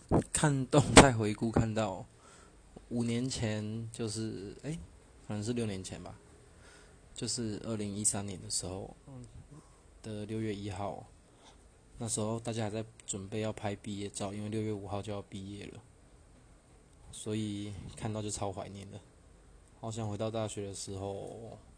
看动态回顾看到5年前，就是可能是6年前吧，就是2013年的时候的6月1号，那时候大家还在准备要拍毕业照，因为6月5号就要毕业了，所以看到就超怀念的，好想回到大学的时候，